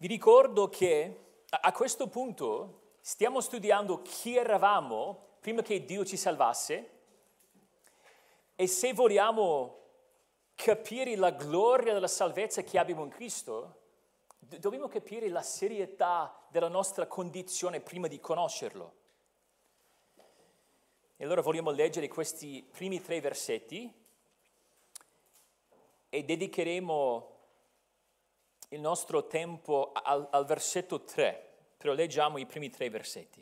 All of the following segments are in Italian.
Vi ricordo che a questo punto stiamo studiando chi eravamo prima che Dio ci salvasse e se vogliamo capire la gloria della salvezza che abbiamo in Cristo, dobbiamo capire la serietà della nostra condizione prima di conoscerlo. E allora vogliamo leggere questi primi 3 versetti e dedicheremo il nostro tempo al versetto 3, però leggiamo i primi 3 versetti.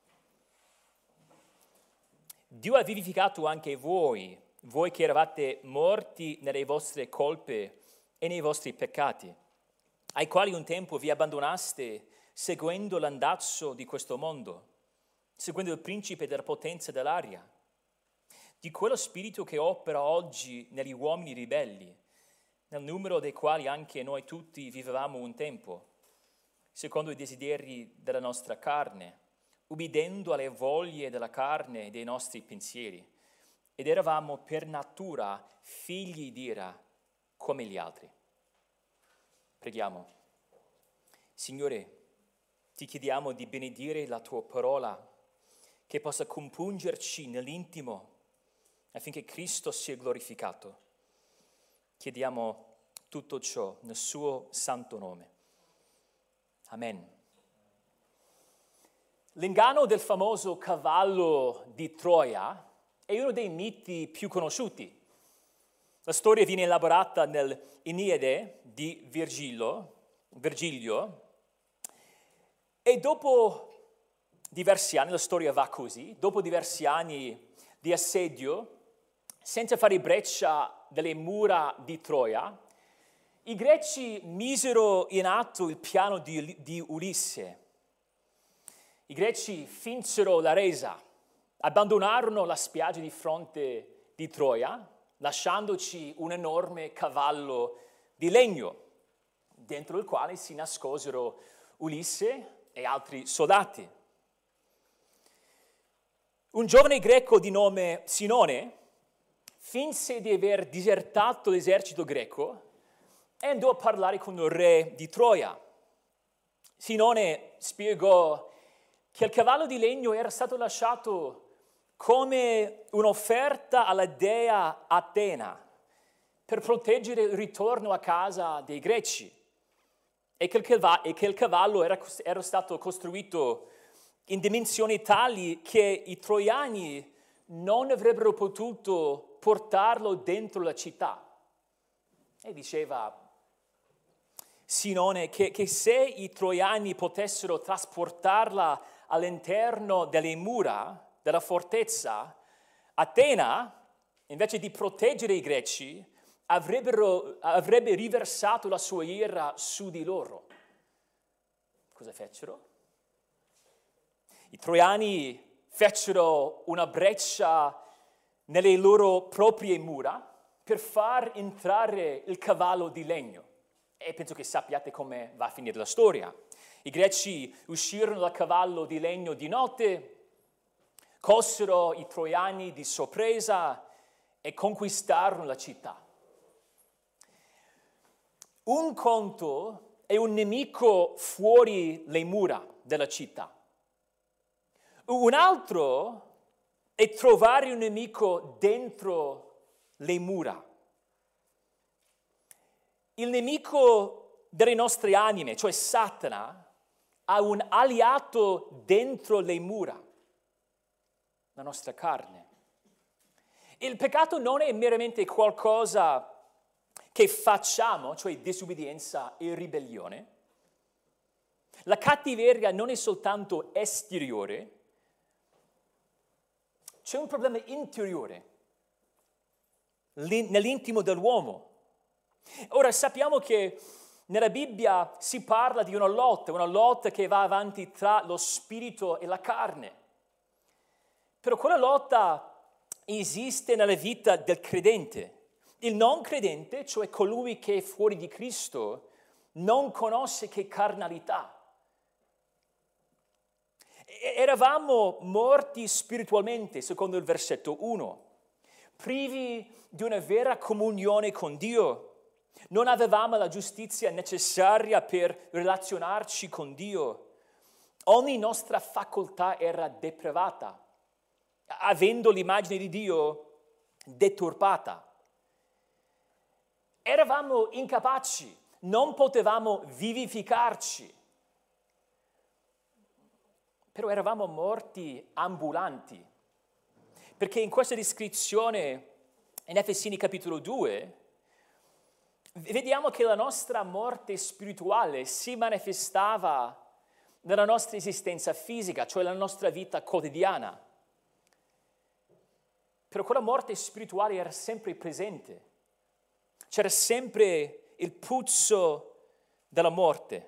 Dio ha vivificato anche voi che eravate morti nelle vostre colpe e nei vostri peccati, ai quali un tempo vi abbandonaste seguendo l'andazzo di questo mondo, seguendo il principe della potenza dell'aria, di quello spirito che opera oggi negli uomini ribelli, nel numero dei quali anche noi tutti vivevamo un tempo, secondo i desideri della nostra carne, ubbidendo alle voglie della carne e dei nostri pensieri, ed eravamo per natura figli di ira come gli altri. Preghiamo. Signore, ti chiediamo di benedire la tua parola, che possa compungerci nell'intimo, affinché Cristo sia glorificato. Chiediamo tutto ciò nel suo santo nome. Amen. L'inganno del famoso cavallo di Troia è uno dei miti più conosciuti. La storia viene elaborata nell'Iliade di Virgilio e dopo diversi anni, la storia va così, dopo diversi anni di assedio, senza fare breccia delle mura di Troia, i greci misero in atto il piano di Ulisse. I greci finsero la resa, abbandonarono la spiaggia di fronte di Troia, lasciandoci un enorme cavallo di legno, dentro il quale si nascosero Ulisse e altri soldati. Un giovane greco di nome Sinone finse di aver disertato l'esercito greco e andò a parlare con il re di Troia. Sinone spiegò che il cavallo di legno era stato lasciato come un'offerta alla dea Atena per proteggere il ritorno a casa dei greci e che il cavallo era stato costruito in dimensioni tali che i troiani non avrebbero potuto portarlo dentro la città. E diceva Sinone che se i troiani potessero trasportarla all'interno delle mura della fortezza, Atena, invece di proteggere i greci, avrebbe riversato la sua ira su di loro. Cosa fecero? I troiani fecero una breccia nelle loro proprie mura per far entrare il cavallo di legno. E penso che sappiate come va a finire la storia. I greci uscirono dal cavallo di legno di notte, colsero i troiani di sorpresa e conquistarono la città. Un conto è un nemico fuori le mura della città. Un altro è trovare un nemico dentro le mura. Il nemico delle nostre anime, cioè Satana, ha un alleato dentro le mura, la nostra carne. Il peccato non è meramente qualcosa che facciamo, cioè disobbedienza e ribellione. La cattiveria non è soltanto esteriore, c'è un problema interiore nell'intimo dell'uomo. Ora sappiamo che nella Bibbia si parla di una lotta che va avanti tra lo spirito e la carne. Però quella lotta esiste nella vita del credente. Il non credente, cioè colui che è fuori di Cristo, non conosce che carnalità. Eravamo morti spiritualmente, secondo il versetto 1, privi di una vera comunione con Dio, Non avevamo la giustizia necessaria per relazionarci con Dio. Ogni nostra facoltà era depravata, avendo l'immagine di Dio deturpata. Eravamo incapaci, non potevamo vivificarci. Però eravamo morti ambulanti, perché in questa descrizione, in Efesini capitolo 2, vediamo che la nostra morte spirituale si manifestava nella nostra esistenza fisica, cioè la nostra vita quotidiana. Però quella morte spirituale era sempre presente. C'era sempre il puzzo della morte.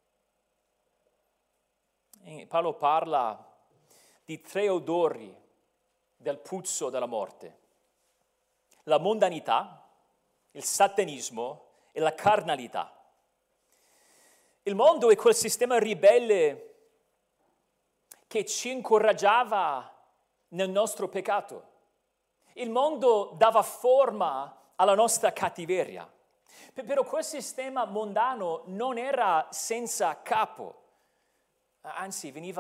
E Paolo parla di 3 odori del puzzo della morte: la mondanità, il satanismo e la carnalità. Il mondo è quel sistema ribelle che ci incoraggiava nel nostro peccato. Il mondo dava forma alla nostra cattiveria. Però quel sistema mondano non era senza capo, anzi viene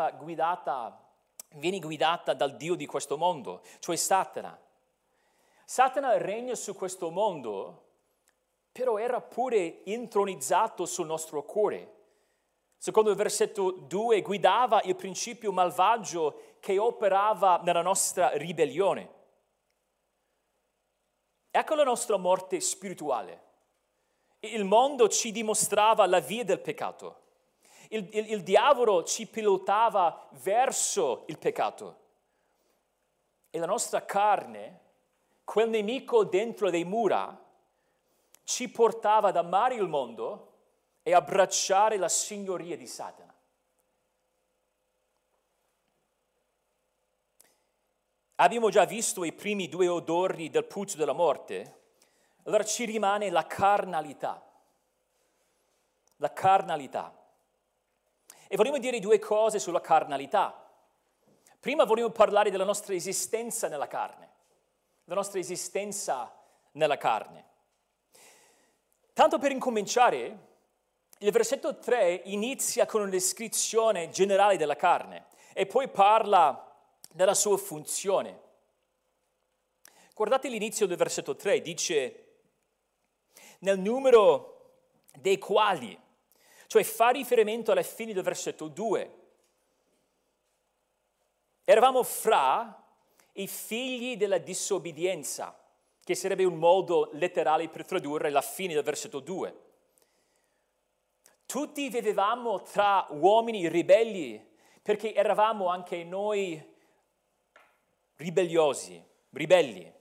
guidata dal Dio di questo mondo, cioè Satana. Satana regna su questo mondo, però era pure intronizzato sul nostro cuore. Secondo il versetto 2, guidava il principio malvagio che operava nella nostra ribellione. Ecco la nostra morte spirituale. Il mondo ci dimostrava la via del peccato. Il diavolo ci pilotava verso il peccato. E la nostra carne, quel nemico dentro le mura, ci portava ad amare il mondo e abbracciare la signoria di Satana. Abbiamo già visto i primi 2 odori del puzzo della morte, allora ci rimane la carnalità. La carnalità. E vogliamo dire 2 cose sulla carnalità. Prima vogliamo parlare della nostra esistenza nella carne. La nostra esistenza nella carne. Tanto per incominciare, il versetto 3 inizia con una descrizione generale della carne e poi parla della sua funzione. Guardate l'inizio del versetto 3, dice: nel numero dei quali, cioè fa riferimento alla fine del versetto 2. Eravamo fra i figli della disobbedienza, che sarebbe un modo letterale per tradurre la fine del versetto 2. Tutti vivevamo tra uomini ribelli, perché eravamo anche noi ribelli.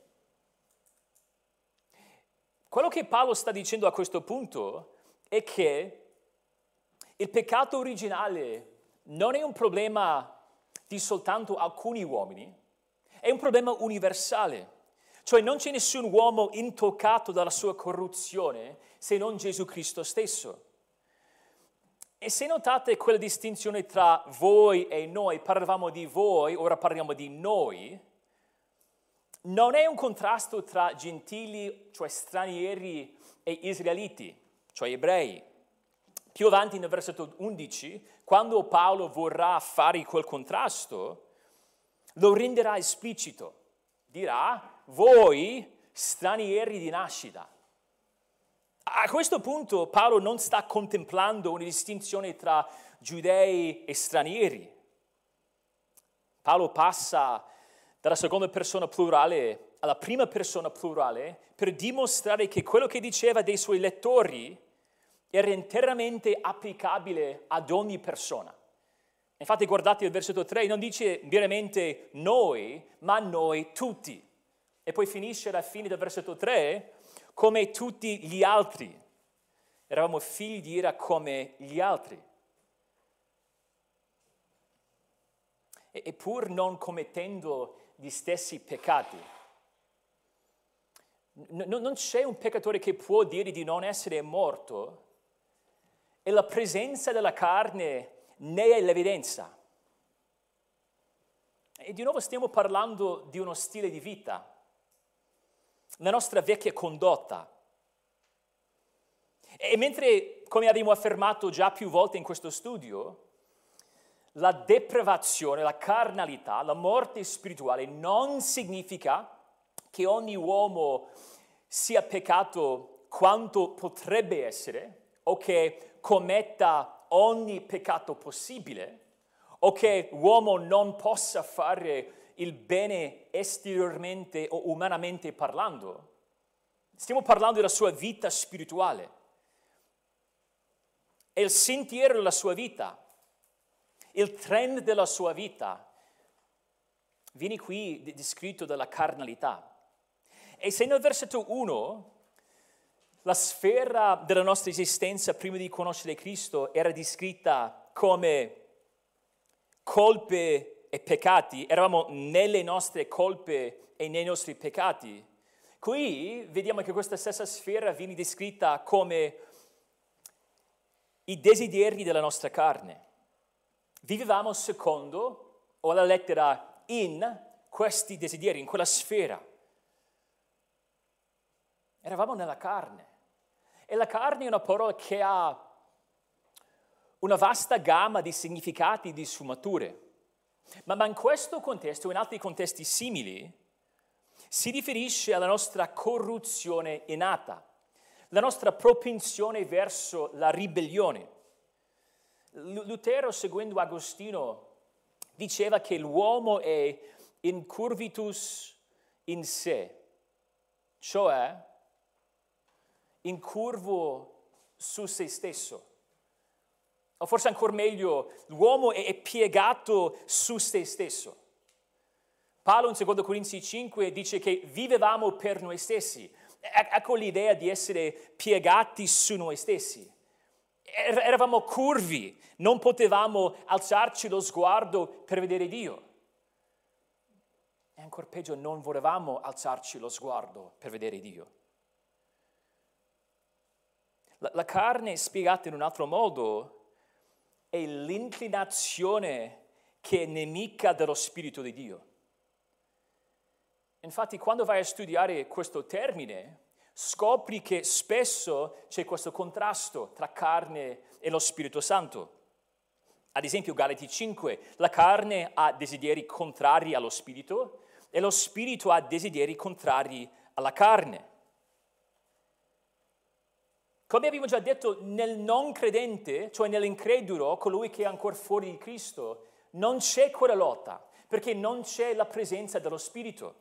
Quello che Paolo sta dicendo a questo punto è che il peccato originale non è un problema di soltanto alcuni uomini, è un problema universale. Cioè non c'è nessun uomo intoccato dalla sua corruzione se non Gesù Cristo stesso. E se notate quella distinzione tra voi e noi, parlavamo di voi, ora parliamo di noi, non è un contrasto tra gentili, cioè stranieri, e israeliti, cioè ebrei. Più avanti nel versetto 11, quando Paolo vorrà fare quel contrasto, lo renderà esplicito. Dirà: voi stranieri di nascita. A questo punto Paolo non sta contemplando una distinzione tra giudei e stranieri. Paolo passa dalla seconda persona plurale alla prima persona plurale per dimostrare che quello che diceva dei suoi lettori era interamente applicabile ad ogni persona. Infatti guardate il versetto 3, non dice veramente noi, ma noi tutti. E poi finisce alla fine del versetto 3 come tutti gli altri. Eravamo figli di ira come gli altri. E pur non commettendo gli stessi peccati. Non c'è un peccatore che può dire di non essere morto e la presenza della carne ne è l'evidenza. E di nuovo stiamo parlando di uno stile di vita, la nostra vecchia condotta. E mentre, come abbiamo affermato già più volte in questo studio, la depravazione, la carnalità, la morte spirituale non significa che ogni uomo sia peccato quanto potrebbe essere, o che commetta ogni peccato possibile, o che l'uomo non possa fare il bene esteriormente o umanamente parlando. Stiamo parlando della sua vita spirituale. È il sentiero della sua vita, il trend della sua vita viene qui descritto dalla carnalità. E se nel versetto 1 la sfera della nostra esistenza prima di conoscere Cristo era descritta come colpe e peccati, eravamo nelle nostre colpe e nei nostri peccati, qui vediamo che questa stessa sfera viene descritta come i desideri della nostra carne. Vivevamo secondo, o la lettera in, questi desideri, in quella sfera. Eravamo nella carne. E la carne è una parola che ha una vasta gamma di significati e di sfumature. Ma in questo contesto, in altri contesti simili, si riferisce alla nostra corruzione innata, la nostra propensione verso la ribellione. Lutero, seguendo Agostino, diceva che l'uomo è incurvitus in sé, cioè incurvo su se stesso. O forse ancora meglio, l'uomo è piegato su se stesso. Paolo in 2 Corinzi 5 dice che vivevamo per noi stessi. Ecco l'idea di essere piegati su noi stessi. Eravamo curvi, non potevamo alzarci lo sguardo per vedere Dio. E ancora peggio, non volevamo alzarci lo sguardo per vedere Dio. La carne, spiegata in un altro modo, è l'inclinazione che è nemica dello Spirito di Dio. Infatti, quando vai a studiare questo termine, scopri che spesso c'è questo contrasto tra carne e lo Spirito Santo. Ad esempio, Galati 5, la carne ha desideri contrari allo Spirito e lo Spirito ha desideri contrari alla carne. Come abbiamo già detto, nel non credente, cioè nell'incredulo, colui che è ancora fuori di Cristo, non c'è quella lotta, perché non c'è la presenza dello Spirito.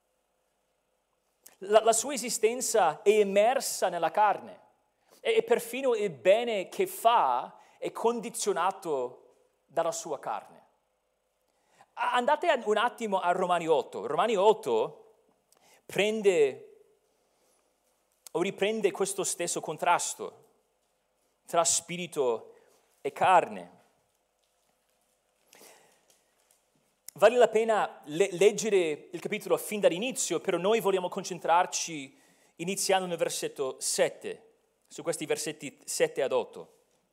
La sua esistenza è immersa nella carne e perfino il bene che fa è condizionato dalla sua carne. Andate un attimo a Romani 8. Romani 8 riprende questo stesso contrasto tra spirito e carne. Vale la pena leggere il capitolo fin dall'inizio, però noi vogliamo concentrarci iniziando nel versetto 7, su questi versetti 7 ad 8.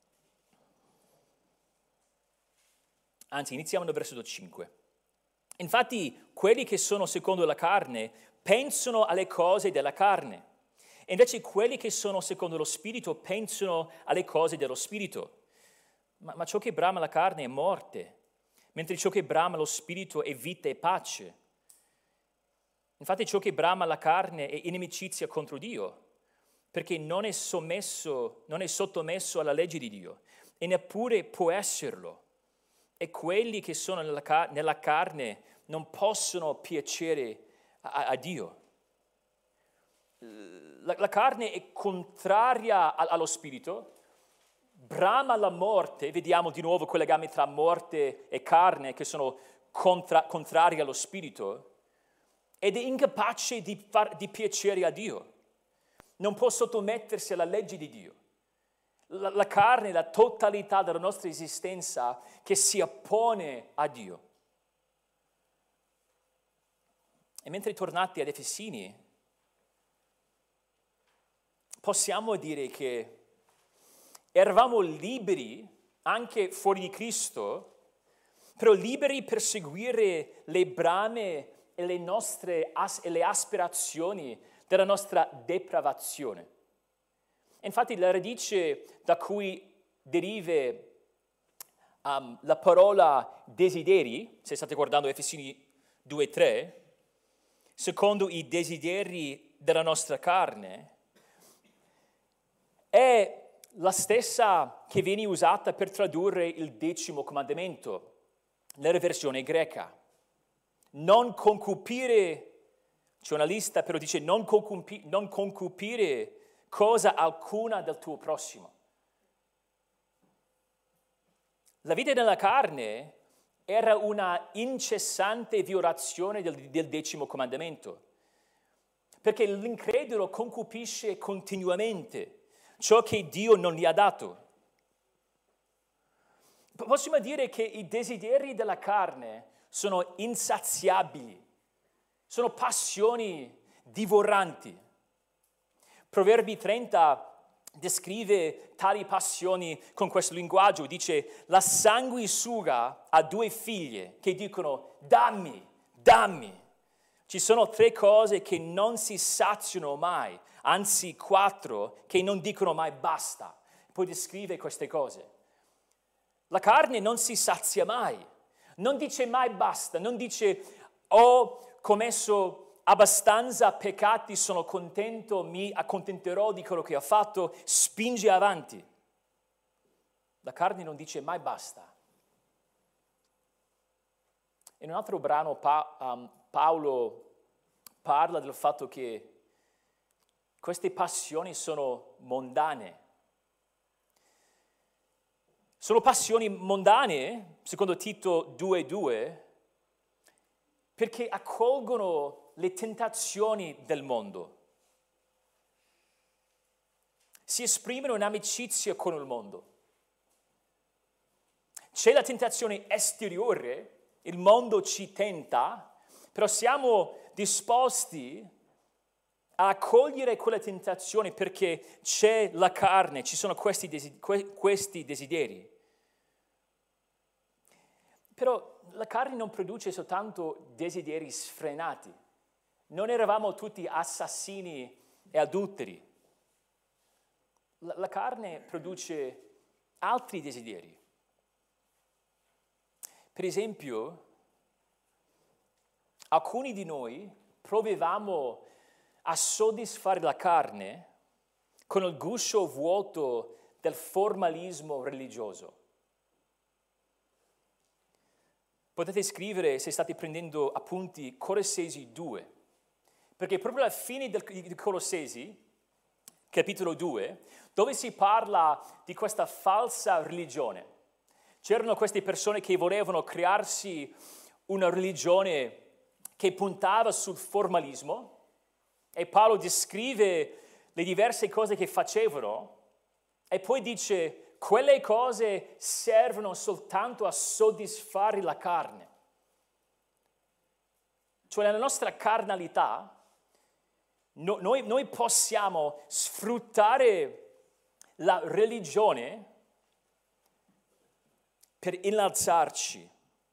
Anzi, iniziamo nel versetto 5. Infatti, quelli che sono secondo la carne pensano alle cose della carne, e invece quelli che sono secondo lo Spirito pensano alle cose dello Spirito. Ma ciò che brama la carne è morte, mentre ciò che brama lo Spirito è vita e pace. Infatti ciò che brama la carne è inimicizia contro Dio, perché non è sottomesso alla legge di Dio, e neppure può esserlo. E quelli che sono nella carne non possono piacere a Dio. La carne è contraria allo Spirito, brama la morte, vediamo di nuovo quel legame tra morte e carne che sono contrari allo Spirito, ed è incapace di piacere a Dio. Non può sottomettersi alla legge di Dio. La carne è la totalità della nostra esistenza che si oppone a Dio. E mentre tornate ad Efesini, possiamo dire che eravamo liberi, anche fuori di Cristo, però liberi per seguire le brame e le aspirazioni della nostra depravazione. Infatti la radice da cui deriva la parola desideri, se state guardando Efesini 2:3, secondo i desideri della nostra carne, è la stessa che viene usata per tradurre il 10° comandamento nella versione greca. Non concupire, c'è una lista, però dice non concupire cosa alcuna del tuo prossimo. La vita della carne era una incessante violazione del 10° comandamento, perché l'incredulo concupisce continuamente ciò che Dio non gli ha dato. Possiamo dire che i desideri della carne sono insaziabili, sono passioni divoranti. Proverbi 30 descrive tali passioni con questo linguaggio, dice: la sanguisuga ha 2 figlie che dicono dammi, dammi. Ci sono 3 cose che non si saziano mai, anzi 4 che non dicono mai basta. Poi descrive queste cose. La carne non si sazia mai, non dice mai basta, non dice ho commesso abbastanza peccati, sono contento, mi accontenterò di quello che ho fatto, spinge avanti. La carne non dice mai basta. In un altro brano Paolo parla del fatto che queste passioni sono mondane. Sono passioni mondane, secondo Tito 2:2, perché accolgono le tentazioni del mondo. Si esprimono in amicizia con il mondo. C'è la tentazione esteriore, il mondo ci tenta, però siamo disposti a accogliere quella tentazione perché c'è la carne, ci sono questi desideri. Però la carne non produce soltanto desideri sfrenati. Non eravamo tutti assassini e adulteri. La carne produce altri desideri. Per esempio, alcuni di noi provavamo a soddisfare la carne con il guscio vuoto del formalismo religioso. Potete scrivere, se state prendendo appunti, Colossesi 2, perché proprio alla fine di Colossesi, capitolo 2, dove si parla di questa falsa religione, c'erano queste persone che volevano crearsi una religione che puntava sul formalismo, e Paolo descrive le diverse cose che facevano, e poi dice: quelle cose servono soltanto a soddisfare la carne. Cioè nella nostra carnalità noi possiamo sfruttare la religione per innalzarci.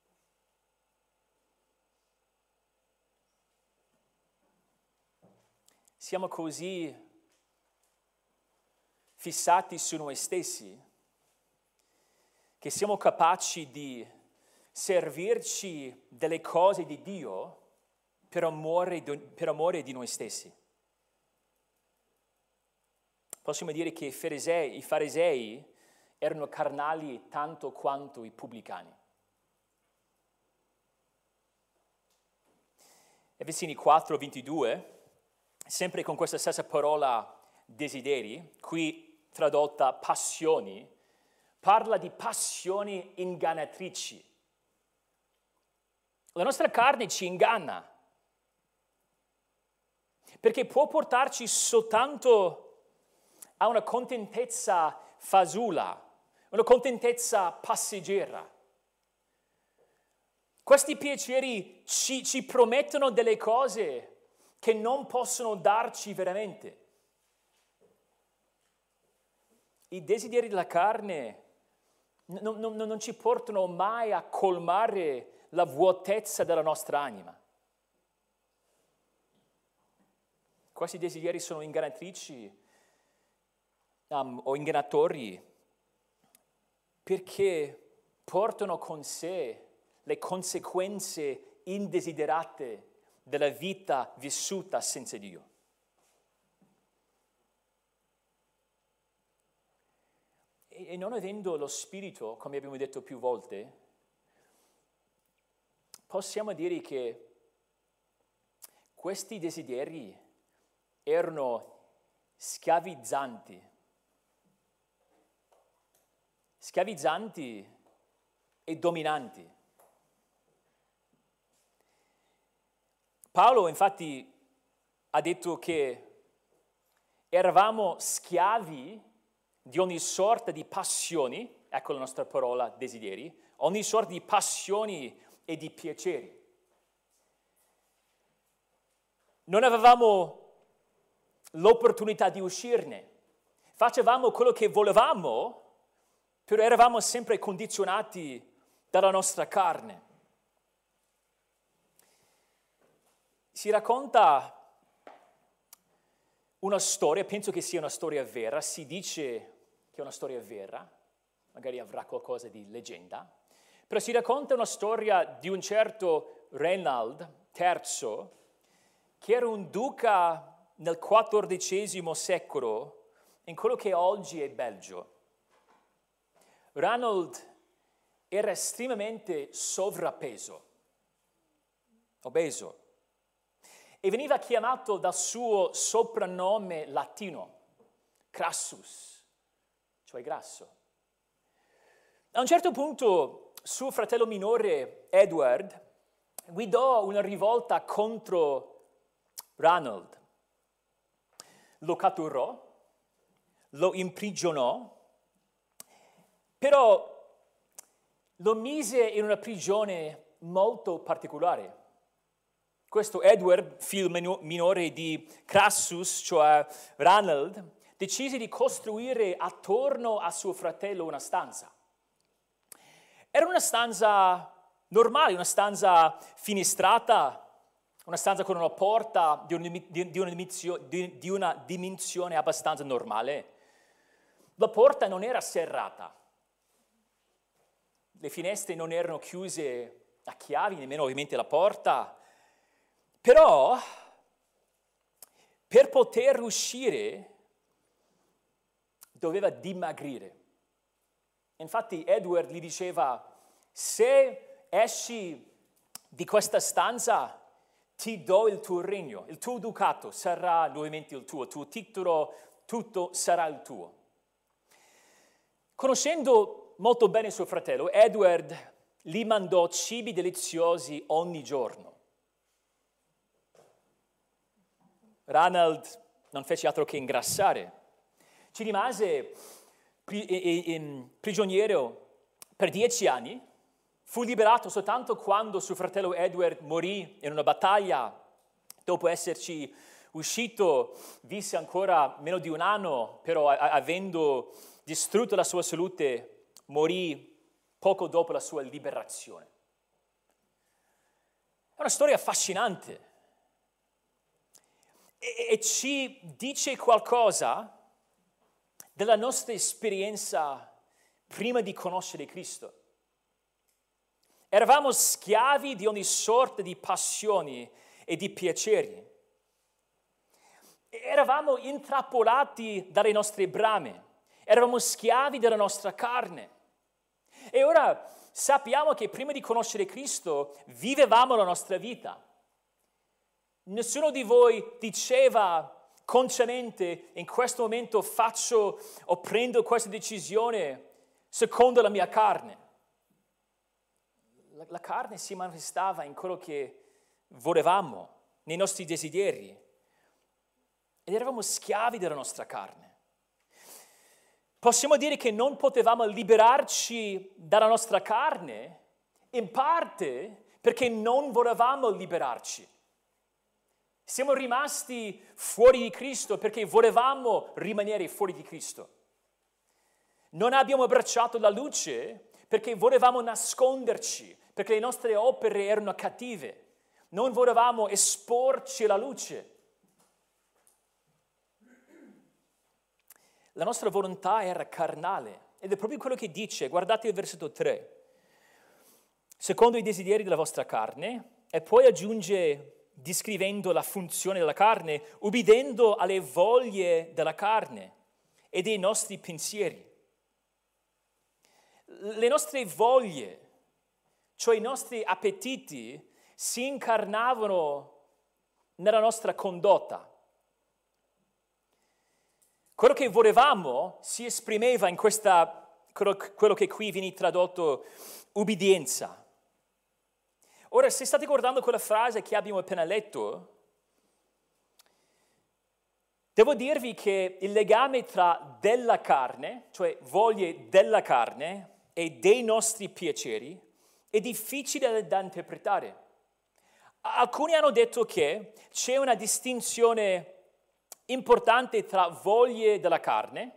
Siamo così fissati su noi stessi che siamo capaci di servirci delle cose di Dio per amore di noi stessi. Possiamo dire che i farisei erano carnali tanto quanto i pubblicani. Efesini 4:22, sempre con questa stessa parola desideri, qui tradotta passioni, parla di passioni ingannatrici. La nostra carne ci inganna, perché può portarci soltanto a una contentezza fasulla, una contentezza passeggera. Questi piaceri ci promettono delle cose che non possono darci veramente. I desideri della carne non ci portano mai a colmare la vuotezza della nostra anima. Questi desideri sono ingannatrici o ingannatori, perché portano con sé le conseguenze indesiderate della vita vissuta senza Dio. E non avendo lo Spirito, come abbiamo detto più volte, possiamo dire che questi desideri erano schiavizzanti e dominanti. Paolo infatti ha detto che eravamo schiavi di ogni sorta di passioni, ecco la nostra parola desideri, ogni sorta di passioni e di piaceri. Non avevamo l'opportunità di uscirne, facevamo quello che volevamo, però eravamo sempre condizionati dalla nostra carne. Si racconta una storia, penso che sia una storia vera, si dice che è una storia vera, magari avrà qualcosa di leggenda, però si racconta una storia di un certo Reinald III, che era un duca nel XIV secolo, in quello che oggi è Belgio. Reinald era estremamente sovrappeso, obeso, e veniva chiamato dal suo soprannome latino, Crassus, cioè grasso. A un certo punto suo fratello minore, Edward, guidò una rivolta contro Reinald. Lo catturò, lo imprigionò, però lo mise in una prigione molto particolare. Questo Edward, figlio minore di Crassus, cioè Reinald, decise di costruire attorno a suo fratello una stanza. Era una stanza normale, una stanza finestrata, una stanza con una porta di una dimensione abbastanza normale. La porta non era serrata, le finestre non erano chiuse a chiavi, nemmeno ovviamente la porta. Però, per poter uscire, doveva dimagrire. Infatti Edward gli diceva, se esci di questa stanza, ti do il tuo regno, il tuo ducato sarà nuovamente il tuo titolo, tutto sarà il tuo. Conoscendo molto bene suo fratello, Edward gli mandò cibi deliziosi ogni giorno. Reinald non fece altro che ingrassare. Ci rimase prigioniero per 10 anni, fu liberato soltanto quando suo fratello Edward morì in una battaglia. Dopo esserci uscito, visse ancora meno di un anno, però avendo distrutto la sua salute, morì poco dopo la sua liberazione. È una storia affascinante. E ci dice qualcosa della nostra esperienza prima di conoscere Cristo. Eravamo schiavi di ogni sorta di passioni e di piaceri. Eravamo intrappolati dalle nostre brame. Eravamo schiavi della nostra carne. E ora sappiamo che prima di conoscere Cristo vivevamo la nostra vita. Nessuno di voi diceva consciamente in questo momento faccio o prendo questa decisione secondo la mia carne. La carne si manifestava in quello che volevamo, nei nostri desideri, ed eravamo schiavi della nostra carne. Possiamo dire che non potevamo liberarci dalla nostra carne, in parte perché non volevamo liberarci. Siamo rimasti fuori di Cristo perché volevamo rimanere fuori di Cristo. Non abbiamo abbracciato la luce perché volevamo nasconderci, perché le nostre opere erano cattive. Non volevamo esporci alla luce. La nostra volontà era carnale. Ed è proprio quello che dice, guardate il versetto 3. Secondo i desideri della vostra carne, e poi aggiunge, descrivendo la funzione della carne, ubbidendo alle voglie della carne e dei nostri pensieri. Le nostre voglie, cioè i nostri appetiti, si incarnavano nella nostra condotta. Quello che volevamo si esprimeva in quello che qui viene tradotto ubbidienza. Ora, se state guardando quella frase che abbiamo appena letto, devo dirvi che il legame tra della carne, cioè voglie della carne, e dei nostri piaceri è difficile da interpretare. Alcuni hanno detto che c'è una distinzione importante tra voglie della carne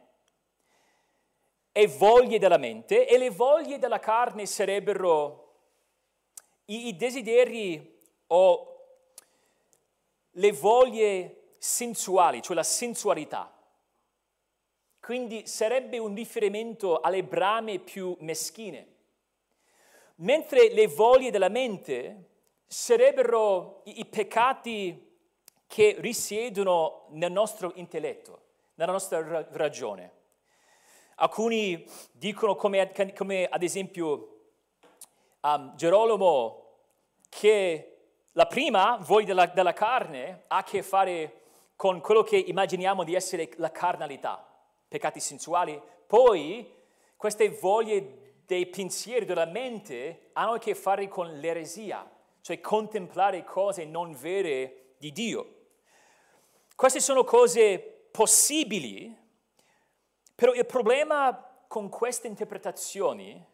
e voglie della mente, e le voglie della carne sarebbero i desideri o le voglie sensuali, cioè la sensualità. Quindi sarebbe un riferimento alle brame più meschine. Mentre le voglie della mente sarebbero i peccati che risiedono nel nostro intelletto, nella nostra ragione. Alcuni dicono, come ad esempio Gerolamo, che la prima voglia della carne ha a che fare con quello che immaginiamo di essere la carnalità, peccati sensuali. Poi queste voglie dei pensieri della mente hanno a che fare con l'eresia, cioè contemplare cose non vere di Dio. Queste sono cose possibili, però il problema con queste interpretazioni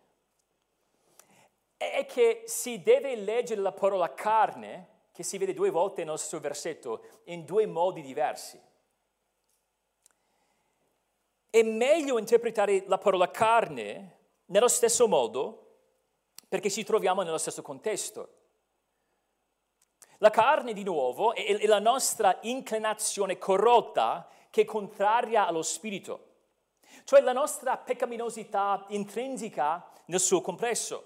è che si deve leggere la parola carne, che si vede 2 volte nel stesso versetto, in 2 modi diversi. È meglio interpretare la parola carne nello stesso modo perché ci troviamo nello stesso contesto. La carne, di nuovo, è la nostra inclinazione corrotta che è contraria allo spirito, cioè la nostra peccaminosità intrinseca nel suo complesso.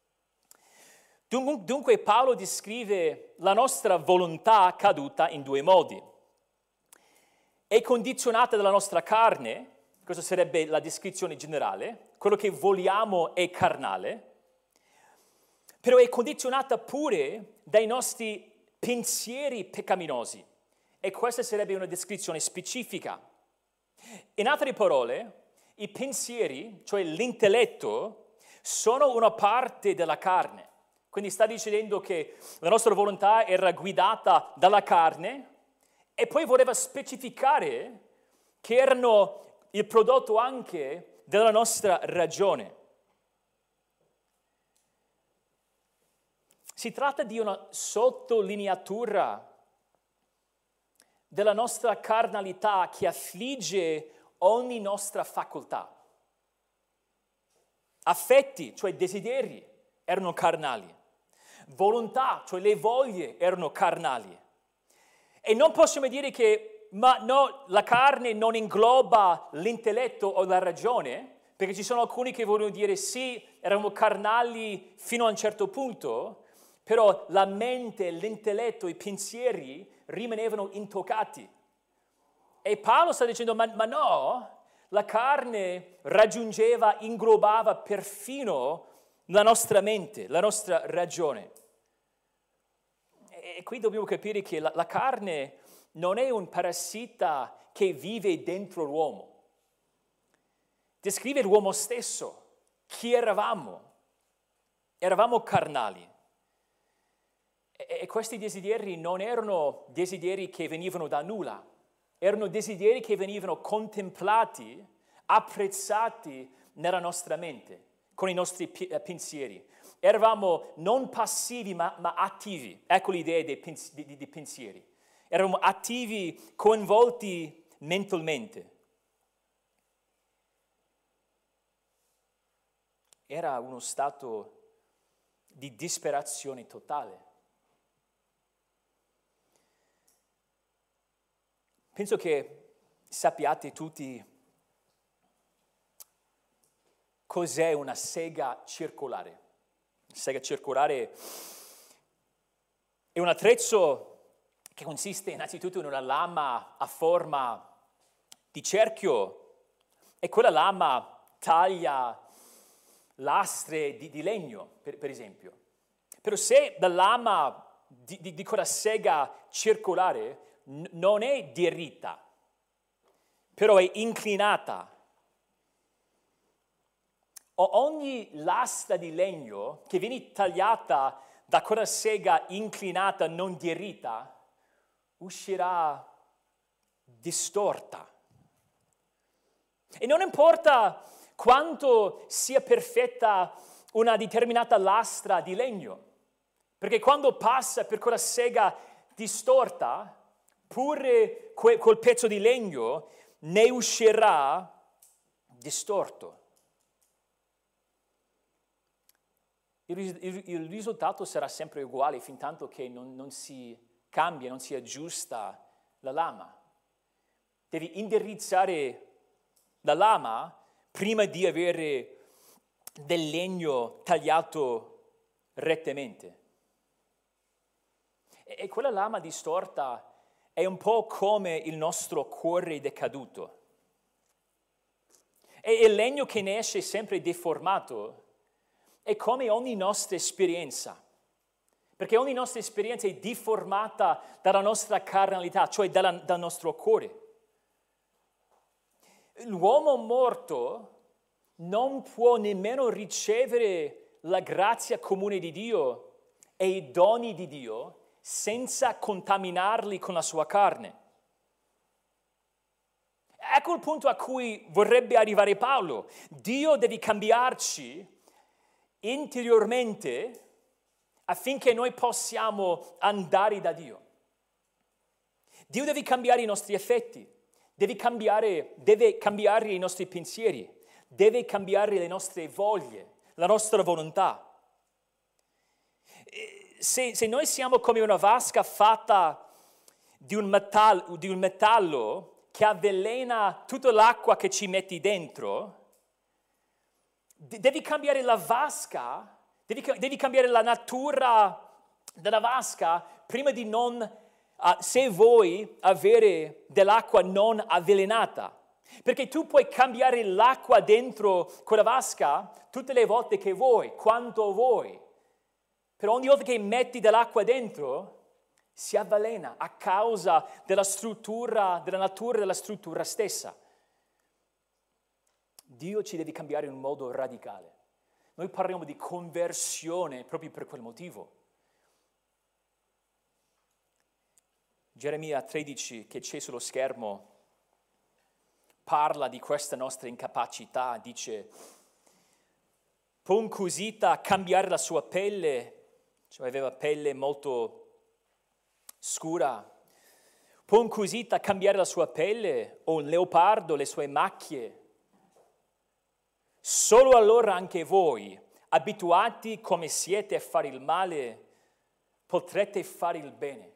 Dunque Paolo descrive la nostra volontà caduta in 2 modi. È condizionata dalla nostra carne, questa sarebbe la descrizione generale, quello che vogliamo è carnale, però è condizionata pure dai nostri pensieri peccaminosi, e questa sarebbe una descrizione specifica. In altre parole, i pensieri, cioè l'intelletto, sono una parte della carne. Quindi sta dicendo che la nostra volontà era guidata dalla carne e poi voleva specificare che erano il prodotto anche della nostra ragione. Si tratta di una sottolineatura della nostra carnalità che affligge ogni nostra facoltà. Affetti, cioè desideri, erano carnali. Volontà, cioè le voglie, erano carnali. E non possiamo dire che, ma no, la carne non ingloba l'intelletto o la ragione, perché ci sono alcuni che vogliono dire sì, eravamo carnali fino a un certo punto, però la mente, l'intelletto, i pensieri rimanevano intoccati. E Paolo sta dicendo, ma no, la carne raggiungeva, inglobava perfino la nostra mente, la nostra ragione. E qui dobbiamo capire che la carne non è un parassita che vive dentro l'uomo. Descrive l'uomo stesso, chi eravamo. Eravamo carnali. E questi desideri non erano desideri che venivano da nulla, erano desideri che venivano contemplati, apprezzati nella nostra mente, con i nostri pensieri. Eravamo non passivi ma attivi, ecco l'idea di pensieri. Eravamo attivi, coinvolti mentalmente. Era uno stato di disperazione totale. Penso che sappiate tutti cos'è una sega circolare. Una sega circolare è un attrezzo che consiste innanzitutto in una lama a forma di cerchio e quella lama taglia lastre di legno, per esempio. Però se la lama di quella sega circolare non è diritta, però è inclinata, ogni lastra di legno che viene tagliata da quella sega inclinata, non diritta, uscirà distorta. E non importa quanto sia perfetta una determinata lastra di legno, perché quando passa per quella sega distorta, pure quel pezzo di legno ne uscirà distorto. Il risultato sarà sempre uguale fin tanto che non si cambia, non si aggiusta la lama. Devi indirizzare la lama prima di avere del legno tagliato rettamente. E quella lama distorta è un po' come il nostro cuore decaduto. E il legno che ne esce sempre deformato è come ogni nostra esperienza. Perché ogni nostra esperienza è deformata dalla nostra carnalità, cioè dal nostro cuore. L'uomo morto non può nemmeno ricevere la grazia comune di Dio e i doni di Dio senza contaminarli con la sua carne. Ecco il punto a cui vorrebbe arrivare Paolo. Dio deve cambiarci interiormente affinché noi possiamo andare da Dio. Dio deve cambiare i nostri affetti, deve cambiare i nostri pensieri, deve cambiare le nostre voglie, la nostra volontà. Se noi siamo come una vasca fatta di un metallo che avvelena tutta l'acqua che ci metti dentro, devi cambiare la vasca, devi cambiare la natura della vasca prima di se vuoi avere dell'acqua non avvelenata. Perché tu puoi cambiare l'acqua dentro quella vasca tutte le volte che vuoi, quanto vuoi. Però ogni volta che metti dell'acqua dentro si avvelena a causa della natura della struttura stessa. Dio ci deve cambiare in un modo radicale. Noi parliamo di conversione proprio per quel motivo. Geremia 13, che c'è sullo schermo, parla di questa nostra incapacità, dice: può un cusita cambiare la sua pelle, cioè aveva pelle molto scura, può un cusita cambiare la sua pelle, o un leopardo le sue macchie? Solo allora anche voi, abituati come siete a fare il male, potrete fare il bene.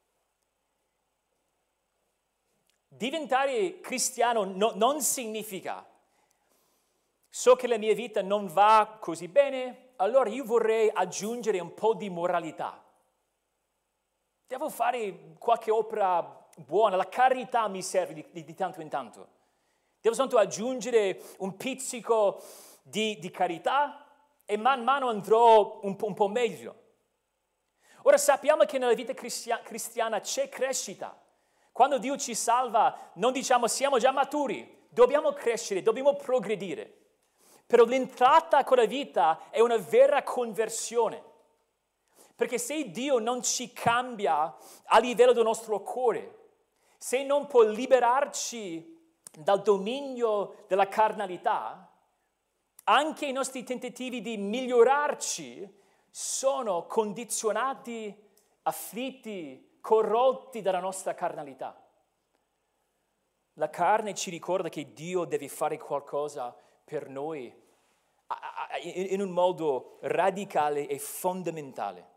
Diventare cristiano non significa: so che la mia vita non va così bene, allora io vorrei aggiungere un po' di moralità. Devo fare qualche opera buona, la carità mi serve di tanto in tanto. Devo soltanto aggiungere un pizzico di carità e man mano andrò un po' meglio. Ora sappiamo che nella vita cristiana c'è crescita. Quando Dio ci salva non diciamo siamo già maturi, dobbiamo crescere, dobbiamo progredire. Però l'entrata a quella vita è una vera conversione. Perché se Dio non ci cambia a livello del nostro cuore, se non può liberarci dal dominio della carnalità, anche i nostri tentativi di migliorarci sono condizionati, afflitti, corrotti dalla nostra carnalità. La carne ci ricorda che Dio deve fare qualcosa per noi in un modo radicale e fondamentale.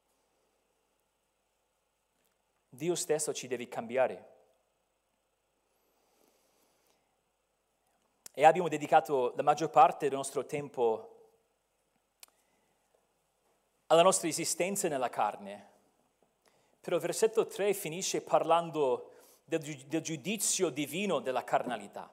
Dio stesso ci deve cambiare. e abbiamo dedicato la maggior parte del nostro tempo alla nostra esistenza nella carne. Però il versetto 3 finisce parlando del giudizio divino della carnalità.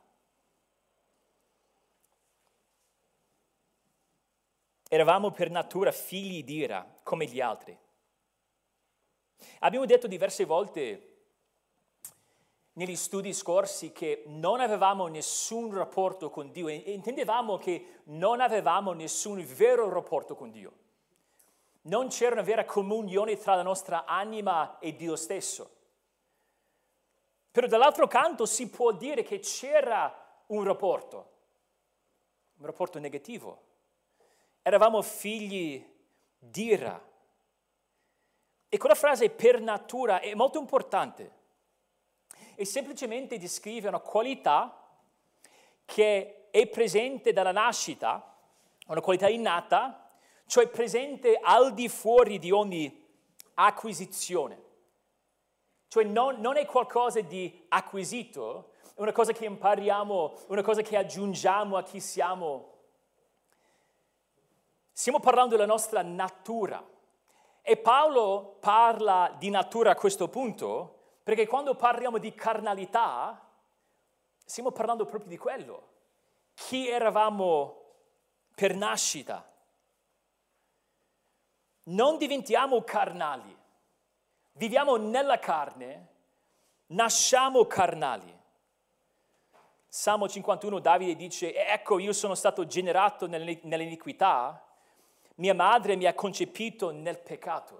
Eravamo per natura figli di ira, come gli altri. Abbiamo detto diverse volte negli studi scorsi che non avevamo nessun rapporto con Dio e intendevamo che non avevamo nessun vero rapporto con Dio. Non c'era una vera comunione tra la nostra anima e Dio stesso. Però dall'altro canto si può dire che c'era un rapporto negativo. Eravamo figli d'ira. E quella frase per natura è molto importante. E semplicemente descrive una qualità che è presente dalla nascita, una qualità innata, cioè presente al di fuori di ogni acquisizione. Cioè non è qualcosa di acquisito, è una cosa che impariamo, una cosa che aggiungiamo a chi siamo. Stiamo parlando della nostra natura. E Paolo parla di natura a questo punto, perché quando parliamo di carnalità, stiamo parlando proprio di quello. Chi eravamo per nascita. Non diventiamo carnali, viviamo nella carne, nasciamo carnali. Salmo 51, Davide dice, ecco io sono stato generato nell'iniquità, mia madre mi ha concepito nel peccato.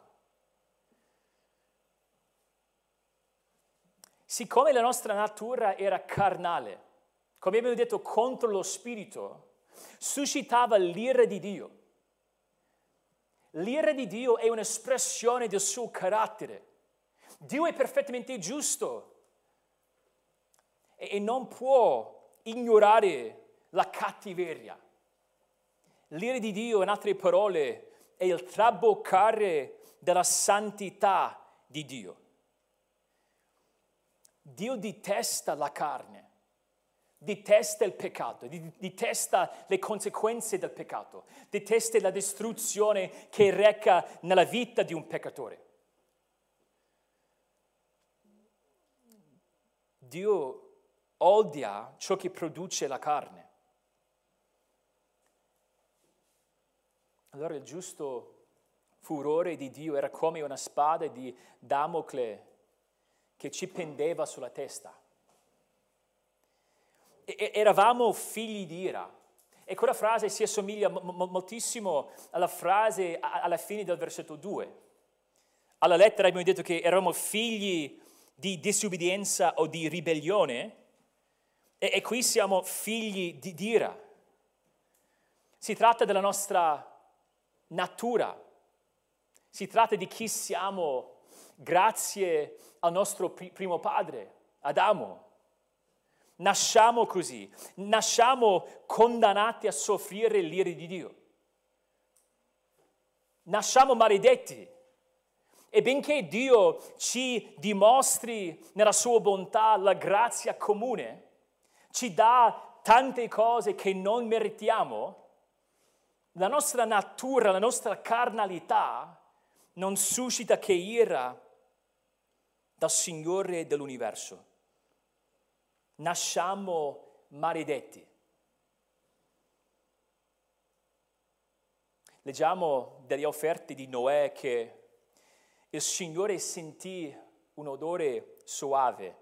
Siccome la nostra natura era carnale, come abbiamo detto, contro lo spirito, suscitava l'ira di Dio. L'ira di Dio è un'espressione del suo carattere. Dio è perfettamente giusto e non può ignorare la cattiveria. L'ira di Dio, in altre parole, è il traboccare della santità di Dio. Dio detesta la carne, detesta il peccato, detesta le conseguenze del peccato, detesta la distruzione che reca nella vita di un peccatore. Dio odia ciò che produce la carne. Allora il giusto furore di Dio era come una spada di Damocle che ci pendeva sulla testa. Eravamo figli di ira. E quella frase si assomiglia moltissimo alla frase alla fine del versetto 2. Alla lettera abbiamo detto che eravamo figli di disobbedienza o di ribellione e qui siamo figli di ira. Si tratta della nostra natura. Si tratta di chi siamo grazie al nostro primo padre, Adamo. Nasciamo così, nasciamo condannati a soffrire l'ira di Dio. Nasciamo maledetti. E benché Dio ci dimostri nella sua bontà la grazia comune, ci dà tante cose che non meritiamo, la nostra natura, la nostra carnalità non suscita che ira dal Signore dell'universo. Nasciamo maledetti. Leggiamo delle offerte di Noè che il Signore sentì un odore soave,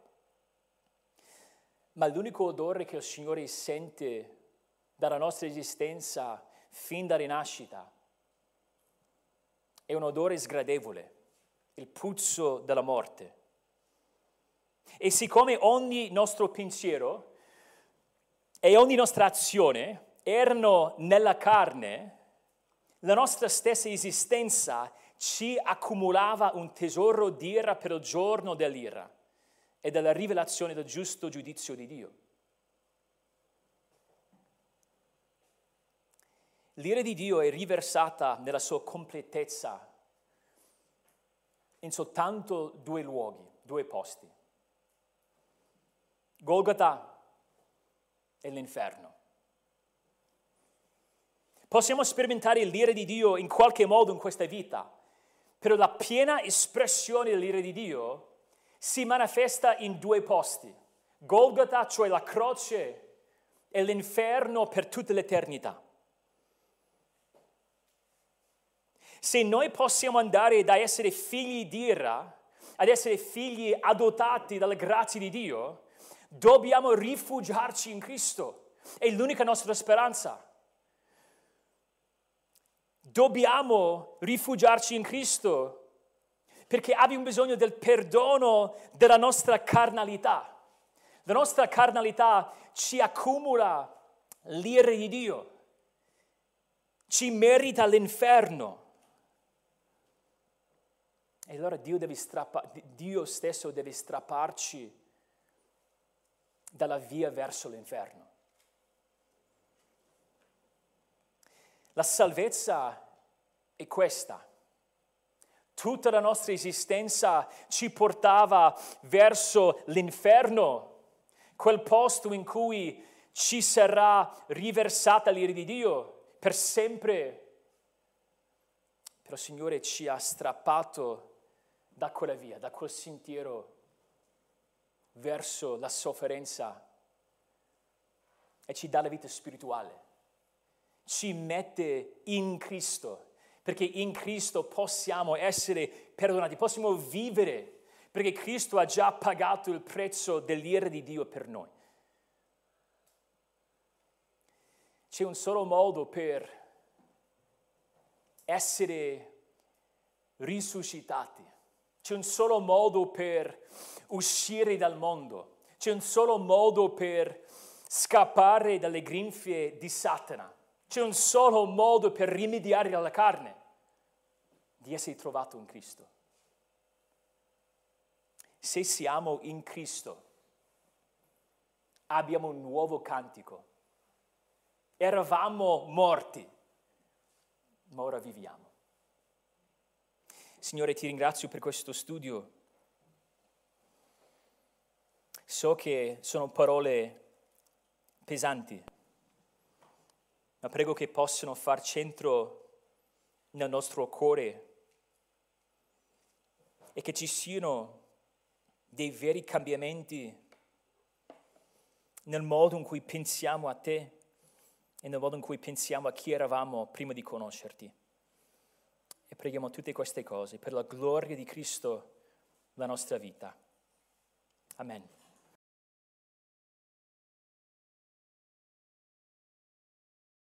ma l'unico odore che il Signore sente dalla nostra esistenza fin da rinascita è un odore sgradevole, il puzzo della morte. E siccome ogni nostro pensiero e ogni nostra azione erano nella carne, la nostra stessa esistenza ci accumulava un tesoro di ira per il giorno dell'ira e della rivelazione del giusto giudizio di Dio. L'ira di Dio è riversata nella sua completezza in soltanto 2 luoghi, 2 posti. Golgota e l'inferno. Possiamo sperimentare l'ira di Dio in qualche modo in questa vita, però la piena espressione dell'ira di Dio si manifesta in due posti: Golgota, cioè la croce, e l'inferno per tutta l'eternità. Se noi possiamo andare da essere figli di ira ad essere figli adottati dalla grazia di Dio, dobbiamo rifugiarci in Cristo. È l'unica nostra speranza. Dobbiamo rifugiarci in Cristo perché abbiamo bisogno del perdono della nostra carnalità. La nostra carnalità ci accumula l'ira di Dio, ci merita l'inferno. E allora Dio stesso deve strapparci dalla via verso l'inferno. La salvezza è questa. Tutta la nostra esistenza ci portava verso l'inferno, quel posto in cui ci sarà riversata l'ira di Dio per sempre. Però il Signore ci ha strappato da quella via, da quel sentiero verso la sofferenza e ci dà la vita spirituale. Ci mette in Cristo, perché in Cristo possiamo essere perdonati, possiamo vivere, perché Cristo ha già pagato il prezzo dell'ira di Dio per noi. C'è un solo modo per essere risuscitati. C'è un solo modo per uscire dal mondo. C'è un solo modo per scappare dalle grinfie di Satana. C'è un solo modo per rimediare alla carne, di essere trovato in Cristo. Se siamo in Cristo, abbiamo un nuovo cantico. Eravamo morti, ma ora viviamo. Signore, ti ringrazio per questo studio. So che sono parole pesanti, ma prego che possano far centro nel nostro cuore e che ci siano dei veri cambiamenti nel modo in cui pensiamo a te e nel modo in cui pensiamo a chi eravamo prima di conoscerti. E preghiamo tutte queste cose per la gloria di Cristo, la nostra vita. Amen.